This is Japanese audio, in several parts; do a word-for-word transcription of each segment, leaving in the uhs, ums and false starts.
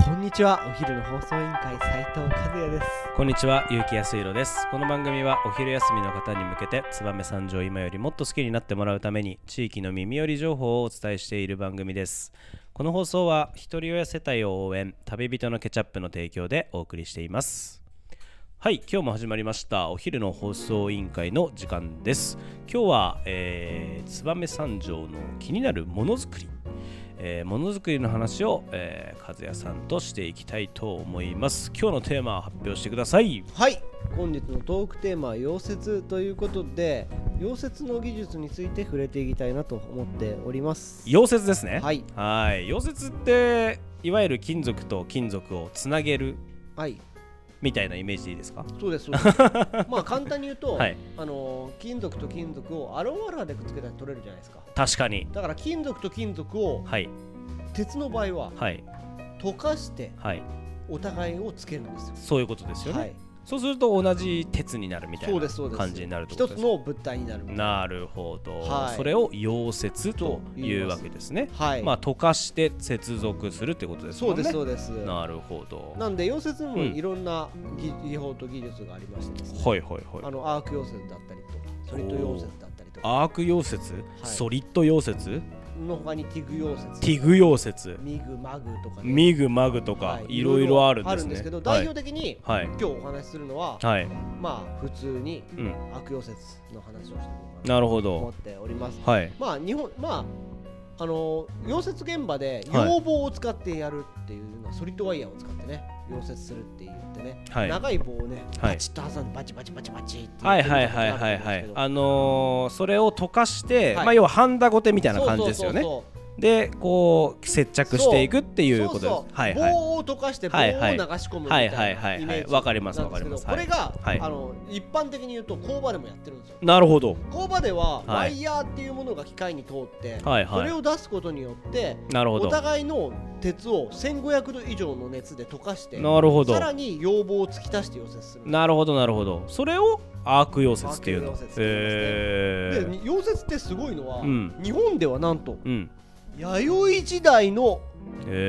こんにちは。お昼の放送委員会斉藤和也です。 こんにちは、結城康弘です。この番組はお昼休みの方に向けて燕三条を今よりもっと好きになってもらうために地域の耳寄り情報をお伝えしている番組です。この放送はひとり親世帯を応援、旅人のケチャップの提供でお送りしています。はい、今日も始まりましたお昼の放送委員会の時間です。今日は、えー、燕三条の気になるものづくりえー、ものづくりの話を、えー、和也さんとしていきたいと思います。今日のテーマを発表してください。 はい、本日のトークテーマは溶接ということで、溶接の技術について触れていきたいなと思っております。 溶接ですね。 はい、 はい。溶接っていわゆる金属と金属をつなげる、はい、みたいなイメージでいいですか？ そうですそうですまあ簡単に言うと、はい、あの金属と金属をアロンワラーでくっつけたら取れるじゃないですか。 確かに。 だから金属と金属を、はい、鉄の場合は、はい、溶かして、はい、お互いをつけるんですよ。 そういうことですよね。はい、そうすると同じ鉄になるみたいな感じになるってことです。 一つの物体になる。 なるほど、はい、それを溶接というわけですね。はい、まあ溶かして接続するってことですもんね。 そうですそうです。 なるほど。 なんで溶接にもいろんな技法と技術がありましてですね、 はいはいはい、 あのアーク溶接だったりとかソリッド溶接だったりとか。 アーク溶接、はい、ソリッド溶接の他にティグ溶接、 ティグ溶接、 ミグマグとかね、 ミグマグとか、はい、いろいろあるんですね。 あるんですけど、代表的に、はい、今日お話しするのは、はい、まあ普通に、うん、アーク溶接の話をしていこうかなと思っております。はい、まあ日本まああの溶接現場で溶棒を使ってやるっていうのは、はい、ソリッドワイヤーを使ってね溶接するって言ってね、はい、長い棒をね、はい、バチッと挟んでバチバチバチバチって言ってるみたいなのがあるんですけど、はいはいはいはいはい、あのー、それを溶かして、はい、まあ要はハンダゴテみたいな感じですよね。そうそうそうそう、でこう接着していくっていうことです。そうそう、はいはい、棒を溶かして棒を流し込むみたいなイメージ。わかりますわかります。これが、はい、あの一般的に言うと工場でもやってるんですよ。なるほど。工場ではワイヤーっていうものが機械に通って、はいはい、それを出すことによって、なるほど、お互いの鉄をせんごひゃくど以上の熱で溶かして、なるほど、さらに溶棒を突き足して溶接する。なるほどなるほど。それをアーク溶接っていうの。 えー、で溶接ってすごいのは、うん、日本ではなんと、うん、弥生時代の銅のも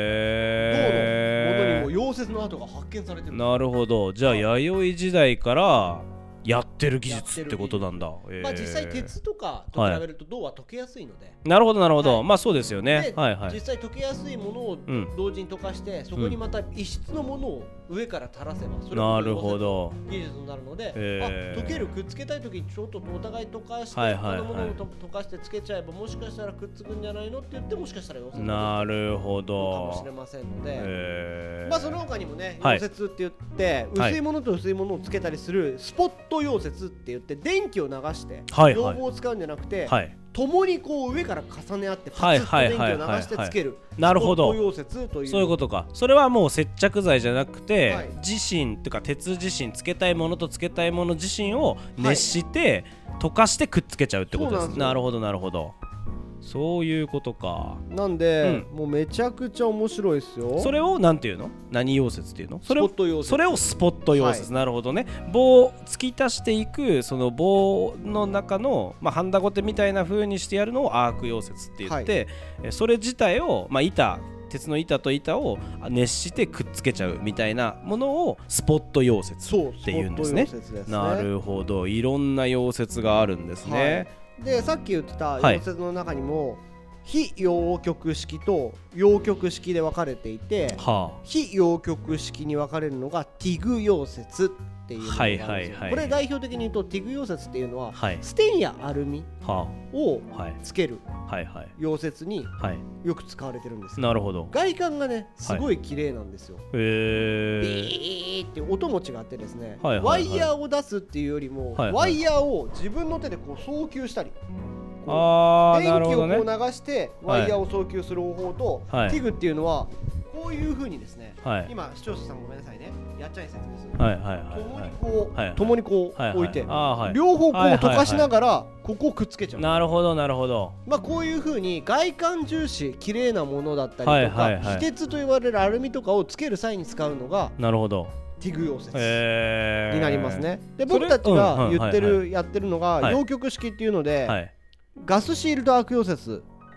のにも溶接の跡が発見されてる。 なるほど。じゃあ弥生時代からやってる技術ってことなんだ。 えー、まあ実際鉄とかと比べると銅は溶けやすいので、はい、 なるほどなるほど、はい、まあそうですよね。はいはい、 実際溶けやすいものを同時に溶かして、うん、そこにまた異質のものを上から垂らせば、それが技術になるので、えー、あ、溶ける、くっつけたい時にちょっとお互い溶かして、はいはいはい、他のものを溶かしてつけちゃえば、もしかしたらくっつくんじゃないのって言って、もしかしたら溶接なるほどかもしれませんので、えー、まあその他にもね、溶接って言って、はい、薄いものと薄いものをつけたりするスポット溶接って言って、電気を流して溶棒を使うんじゃなくて、はいはい、共にこう上から重ね合ってパツッと電気を流してつける。 なるほど。 スポット溶接という。 そういうことか。それはもう接着剤じゃなくて、はい、自身というか鉄自身、つけたいものとつけたいもの自身を熱して、はい、溶かしてくっつけちゃうってことです。なるほどなるほど。そういうことか。 なんで、うん、もうめちゃくちゃ面白いですよ。 それをなんていうの？何溶接っていうの？それをスポット溶接。 それをスポット溶接、はい、なるほどね。棒を突き足していくその棒の中の、まあ、ハンダゴテみたいな風にしてやるのをアーク溶接って言って、はい、それ自体を、まあ、板鉄の板と板を熱してくっつけちゃうみたいなものをスポット溶接っていうんですね。そう、スポット溶接ですね。なるほど。いろんな溶接があるんですね。はい、 でさっき言ってた溶接の中にも、はい、非陽極式と陽極式で分かれていて、はあ、非陽極式に分かれるのがティグ溶接っていうのがあるんですよ。はいはいはい、これ代表的に言うとティグ溶接っていうのは、はい、ステンやアルミをつける溶接によく使われてるんです。 なるほど。 外観がねすごい綺麗なんですよ。はい、へー、ビーって音も違ってですね、はいはいはい、ワイヤーを出すっていうよりも、はいはい、ワイヤーを自分の手でこう送球したり、あ、電気をこう流してワイヤーを送球する方法と、はい、ティグっていうのはこういう風にですね、はい、今視聴者さんごめんなさいね、やっちゃい説です。はいはいはい、共にこう、はいはい、共にこう、はいはい、置いて、はい、両方こう溶かしながらここをくっつけちゃう。 なるほどなるほど。 まあこういう風に外観重視綺麗なものだったりとか、はいはいはい、非鉄と言われるアルミとかをつける際に使うのが、 なるほど、 ティグ溶接になりますね。で僕たちが言ってる、うん、はいはい、やってるのが陽極式っていうので、はい、ガスシールドアーク溶接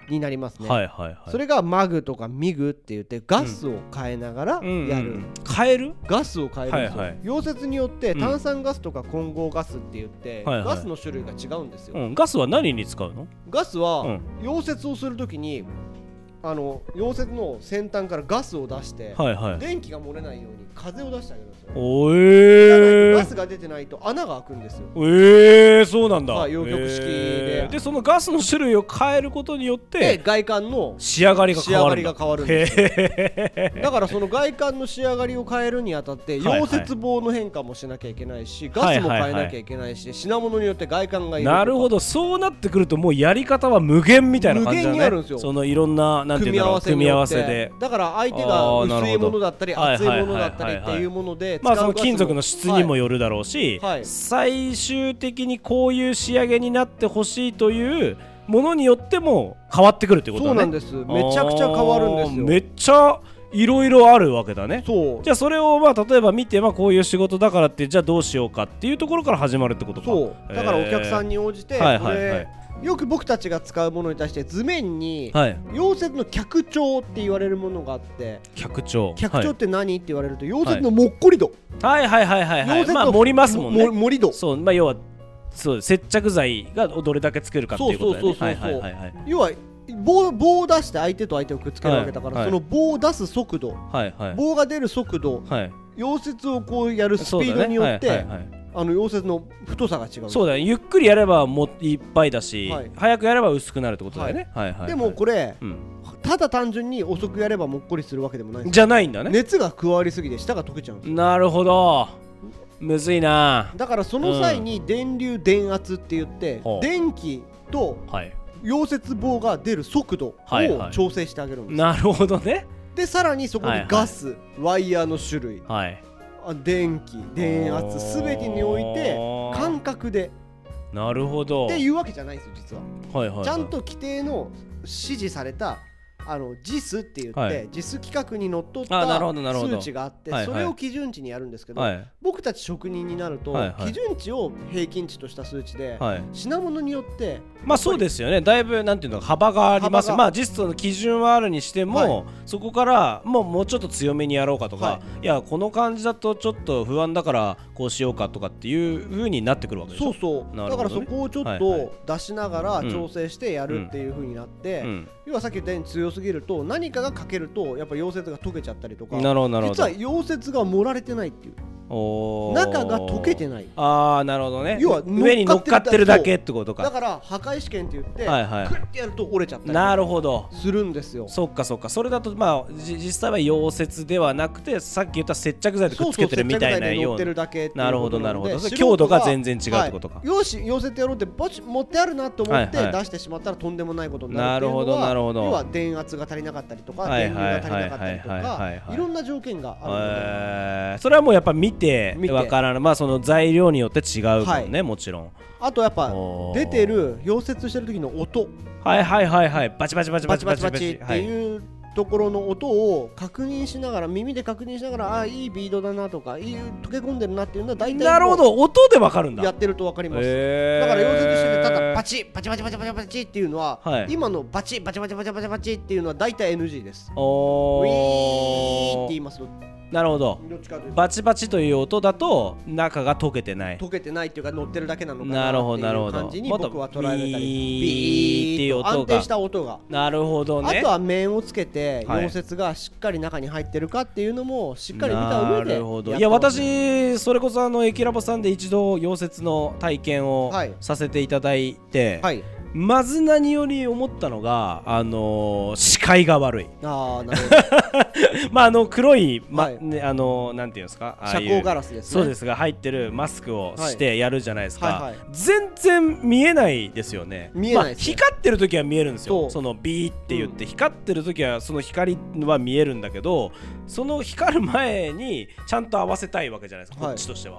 になりますね。 はいはいはい。 それがマグとかミグって言ってガスを変えながらやる、うんうんうん、 変えるガスを変えるんですよ、はいはい、溶接によって炭酸ガスとか混合ガスって言って、うん、ガスの種類が違うんですよ、 はいはい、うん、ガスは何に使うの？ ガスは、うん、溶接をするときにあの溶接の先端からガスを出して、はいはい、電気が漏れないように風を出してあげるんですよ。 おえー、 ガスが出てないと穴が開くんですよ。 えー、そうなんだ。 まあ、陽極式で、 えー、でそのガスの種類を変えることによって外観の仕上がりが変わるんだ。 仕上がりが変わるんですよ。だからその外観の仕上がりを変えるにあたって溶接棒の変化もしなきゃいけないし、はいはい、ガスも変えなきゃいけないし、はいはいはい、品物によって外観がいる。 なるほど。そうなってくるともうやり方は無限みたいな感じだね。 無限にあるんですよ。 そのいろんななんていうの組み合わせで、 だから相手が薄いものだったり厚いものだったりっていうもので、 まあその金属の質にもよるだろうし、はいはい、最終的にこういう仕上げになってほしいというものによっても変わってくるってことだね。 そうなんです。めちゃくちゃ変わるんですよ。 めっちゃいろいろあるわけだね。 そう。 じゃあそれをまあ例えば見て、まあこういう仕事だからってじゃあどうしようかっていうところから始まるってことか。 そう。だからお客さんに応じて、はいはいはい、よく僕たちが使うものに対して図面に、はい、溶接の脚長って言われるものがあって、 脚長脚長って何、はい、って言われると溶接のもっこり度、 はいはいはいはいはい、まあ盛りますもんね。 盛り度。 そう、まあ要はそう接着剤がどれだけつけるかっていうことだよね。 そうそうそうそう。要は棒, 棒を出して相手と相手をくっつけるわけだから、はいはい、その棒を出す速度、はいはい、棒が出る速度、はい、溶接をこうやるスピードによって、ねはいはいはい、あの溶接の太さが違う。 そうだね。ゆっくりやればもいっぱいだし、はい、早くやれば薄くなるってことだよね、はいはいはいはい、 でもこれ、うん、ただ単純に遅くやればもっこりするわけでもない。 じゃないんだね。 熱が加わりすぎて下が溶けちゃうんですよ。 なるほど。むずいな。 だからその際に電流電圧って言って、うん、電気と、はい溶接棒が出る速度を調整してあげるんです、 はいはい、なるほどね。 でさらにそこにガス、はいはい、ワイヤーの種類、はい、電気電圧すべてにおいて感覚でなるほどっていうわけじゃないんですよ実は、 はいはいはい、 ちゃんと規定の指示されたあの ジス って言って、はい、ジス 規格にのっとった数値があって、はいはい、それを基準値にやるんですけど、はい、僕たち職人になると、はいはい、基準値を平均値とした数値で、はい、品物によってまあそうですよね。だいぶなんていうの幅があります。まあジスの基準はあるにしても、はい、そこからもうもうちょっと強めにやろうかとか、はい、いやこの感じだとちょっと不安だからこうしようかとかっていう風になってくるわけでしょ。 そうそう、ね、だからそこをちょっと出しながら調整してやるっていう風になって、うんうん、要はさっき言ったように強すぎると何かが欠けるとやっぱ溶接が溶けちゃったりとか、 なるほどなるほど。 実は溶接が盛られてないっていう、お中が溶けてない。 ああなるほどね。要は上に乗っかってるだけってことか。 だから破壊試験って言って、はいはい、クッてやると折れちゃったりなるほどするんですよ。 そっかそっか。それだとまあ実際は溶接ではなくてさっき言った接着剤でくっつけてるみたいなような。なるほどなるほど。強度が全然違うってことか。 はい、よし溶接やろうってポチ持ってあるなと思って出してしまったらとんでもないことになるっていうのは、なるほどなるほど。要は電圧が足りなかったりとか、電流が足りなかったりとかいろんな条件があるので、 えー、それはもうやっぱ見てわからない。まあその材料によって違うもんね、はい、もちろん。 あとやっぱ出てる溶接してる時の音、 はいはいはいはい、バチバチバチバチバチバチっていうところの音を確認しながら、耳で確認しながら、あいいビードだなとか、いい溶け込んでるなっていうのは大体なるほど、音でわかるんだ。 やってるとわかります。だから溶接しててただバチバチバチバチバチバチっていうのは、はい、今のバチバチバチバチバチバチっていうのは大体 エヌジー です。おー、ウィーって言います。 なるほど。バチバチという音だと中が溶けてない、 溶けてないっていうか乗ってるだけなのかなっていう感じに僕は捉えられたり、ビーっていう音が安定した音が。 なるほどね。 あとは面をつけて溶接がしっかり中に入ってるかっていうのもしっかり見た上で。なるほど。いや私それこそあのエキラボさんで一度溶接の体験をさせていただいて、はいはい、まず何より思ったのが、あのー、視界が悪い。あー、なるほど。まああの黒い、まはいね、あのー、なんていうんですか、遮光ガラスですね。そうですが入ってるマスクをしてやるじゃないですか、はいはいはい、全然見えないですよね。見えないですね。まあ、光ってる時は見えるんですよ。そのビーって言って、うん、光ってる時はその光は見えるんだけど、その光る前にちゃんと合わせたいわけじゃないですか、はい、こっちとしては。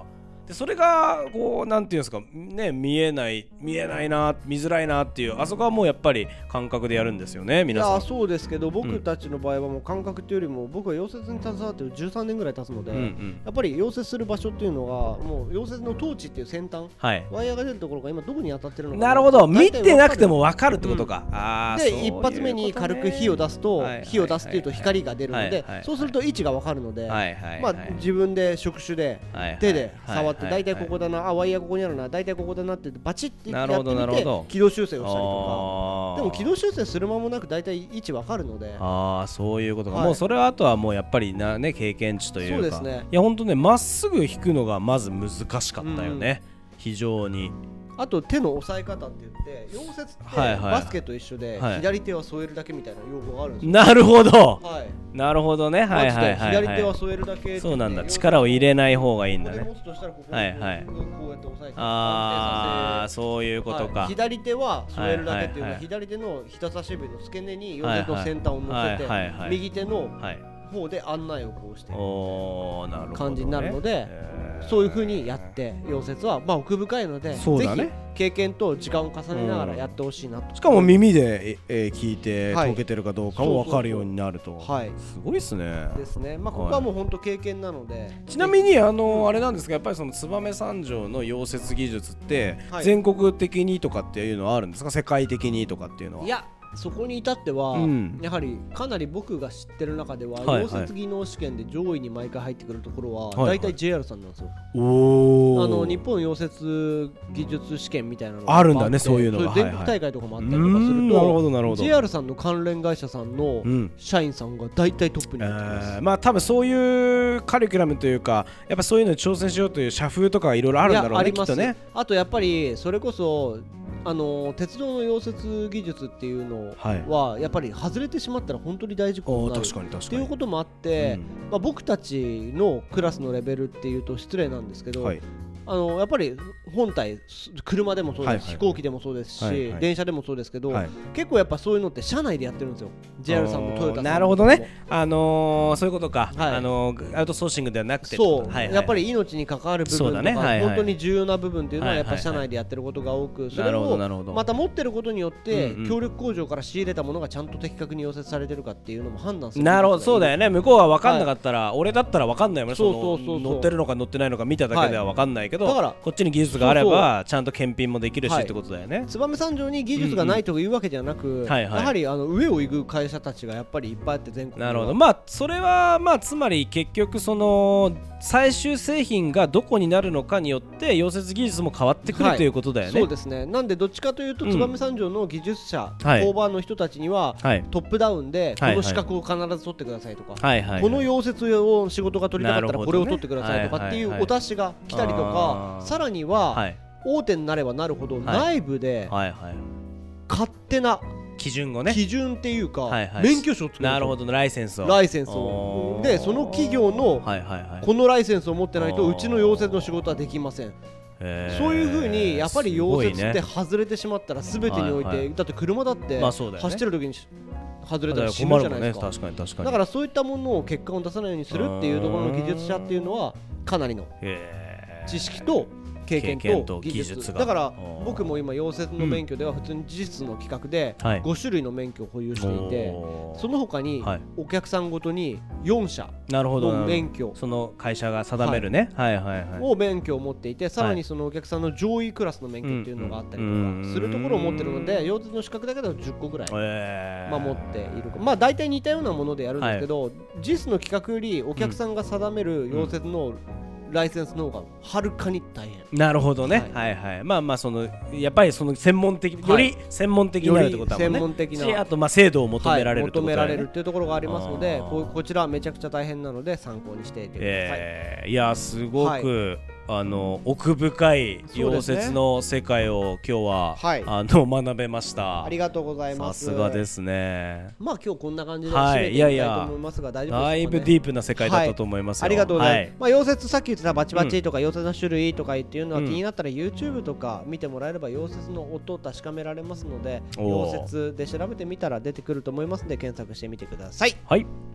でそれがこうなんていうんですかね、見えない見えないな見づらいなっていう、あそこはもうやっぱり感覚でやるんですよね皆さん。 いやそうですけど、僕たちの場合はもう感覚というよりも、僕は溶接に携わってじゅうさんねんぐらい経つので、うんうん、やっぱり溶接する場所っていうのがもう溶接のトーチっていう先端、はい、ワイヤーが出るところが今どこに当たってるのか、 なるほど、見てなくても分かるってことか、 うん、あで一発目に軽く火を出すと、はいはいはい、火を出すっていうと光が出るので、はいはいはい、そうすると位置が分かるので、はいはいはい、まあ、自分で触手で、はいはい、手で触って、大体ここだな、あワイヤーここにあるな、大体ここだなってバチッてやってみて軌道修正をしたりとか。でも軌道修正する間もなく大体位置分かるので、 ああそういうことか、はい、もうそれはあとはもうやっぱりな、ね、経験値というか、そうですね、いや本当ね、まっすぐ引くのがまず難しかったよね、うん、非常に。 あと手の押さえ方って言って、溶接ってバスケと一緒で左手は添えるだけみたいな用語があるんですよ。 なるほど、 はい、 なるほどね、はいはいはい、 左手は添えるだけ、 そうなんだ、力を入れない方がいいんだね。 ここで持つとしたらここはいはい、 こうやって押さえて、 ああそういうことか、 はい、左手は添えるだけっていうのは、左手の人差し指の付け根に溶接の先端を乗せて、右手の方で案内をこうして感じになるので、そういう風にやって溶接はまあ奥深いので、 そうだね、 ぜひ経験と時間を重ねながらやってほしいなと、うん、 しかも耳で、えー、聞いて解けてるかどうかも分かるようになると、はい、すごいですね。 ですね。まあここはもう本当経験なので、はい、 ちなみにあのあれなんですが、やっぱりその燕三条の溶接技術って全国的にとかっていうのはあるんですか、世界的にとかっていうのは。 いやそこに至っては、うん、やはりかなり僕が知ってる中では、はいはい、溶接技能試験で上位に毎回入ってくるところは、はいはい、大体 ジェイアール さんなんですよ。おあの日本溶接技術試験みたいなのがあ, あるんだね、そういうのが。 全国大会とかもあったりとかすると、はいはい、なるほどなるほど、 ジェイアール さんの関連会社さんの社員さんが大体トップになってます、 うん、えー、まあ多分そういうカリキュラムというか、やっぱそういうのに挑戦しようという社風とかいろいろあるんだろうね、きっとね。 あとやっぱりそれこそあの鉄道の溶接技術っていうのはやっぱり外れてしまったら本当に大事故になるっていうこともあって、うん、まあ、僕たちのクラスのレベルっていうと失礼なんですけど、はい、あのやっぱり本体車でもそうです、はいはい、飛行機でもそうですし、はいはい、電車でもそうですけど、はい、結構やっぱそういうのって車内でやってるんですよ。 ジェイアール さんもトヨタさんも。 なるほどね、あのー、そういうことか、はい、あのー、アウトソーシングではなくて、 そう、はいはい、やっぱり命に関わる部分とか、ね、はいはい、本当に重要な部分っていうのはやっぱ車内でやってることが多く、それをまた持ってることによって協力工場から仕入れたものがちゃんと的確に溶接されてるかっていうのも判断する。 なるほど、そうだよね。向こうは分かんなかったら、はい、俺だったら分かんないもんね。そうそうそうそう、乗ってるのか乗ってないのか見ただけでは分かんないけど、はい、だからこっちに技術があればそうそうちゃんと検品もできるし、はい、ってことだよね。 燕三条に技術がないというわけじゃなく、うんうん、やはりあの上を行く会社たちがやっぱりいっぱいあって、全国なるほど、まあそれはまあつまり結局その最終製品がどこになるのかによって溶接技術も変わってくる、はい、ということだよね。 そうですね。なんでどっちかというと燕三条の技術者、うん、工場の人たちには、はい、トップダウンでこの資格を必ず取ってくださいとか、はいはいはい、この溶接を仕事が取りたかったらこれを取ってくださいとかっていうお達しが来たりとか、さらには、はい、大手になればなるほど内部で勝手な基準をね、 基準っていうか、はいはい、免許証を作る。 なるほど、ライセンスをライセンスをで、その企業のこのライセンスを持ってないとうちの溶接の仕事はできません。そういう風にやっぱり溶接って外れてしまったら全てにおいて、はいはい、だって車だって走ってる時に外れたら死ぬじゃないですか。確かに確かに。だからそういったものを結果を出さないようにするっていうところの技術者っていうのはかなりの知識と経験と技術だから、僕も今溶接の免許では普通に技術の企画でご種類の免許を保有していて、その他にお客さんごとによん社の免許、 その会社が定めるね、はいはいはい、 を免許を持っていて、さらにそのお客さんの上位クラスの免許っていうのがあったりとかするところを持ってるので、溶接の資格だけではじゅっこぐらいまあ持っている。まあ大体似たようなものでやるんですけど、実の企画よりお客さんが定める溶接のライセンスの方がはるかに大変。 なるほどね、はい、はいはい。まあまあそのやっぱりその専門的、より専門的になるってことだもんね。専門的な、あとまあ精度を求められるってことだよね。 求められるっていうところがありますので、こ, こちらめちゃくちゃ大変なので参考にしていてください。 えー、いやすごく、はい、あの奥深い溶接の世界を今日は、はい、あの学べました。 ありがとうございます。 さすがですね。 まあ今日こんな感じで締めていきたいと思いますが、大丈夫ですかね。 だいぶディープな世界だったと思いますよ。 はい、ありがとうございます。はい、まあ溶接さっき言ってたバチバチとか、うん、溶接の種類とかっていうのは気になったら YouTube とか見てもらえれば溶接の音を確かめられますので、溶接で調べてみたら出てくると思いますので検索してみてください。 はい。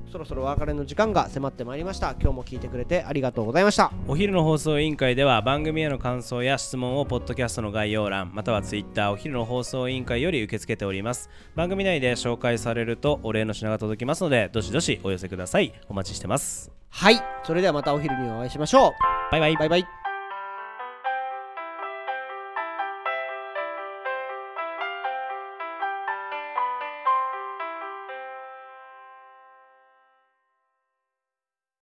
そろそろお別れの時間が迫ってまいりました。今日も聞いてくれてありがとうございました。 お昼の放送委員会では番組への感想や質問をポッドキャストの概要欄またはツイッターお昼の放送委員会より受け付けております。番組内で紹介されるとお礼の品が届きますのでどしどしお寄せください。お待ちしてます。 はい、それではまたお昼にお会いしましょう。 バイバイバイバイ。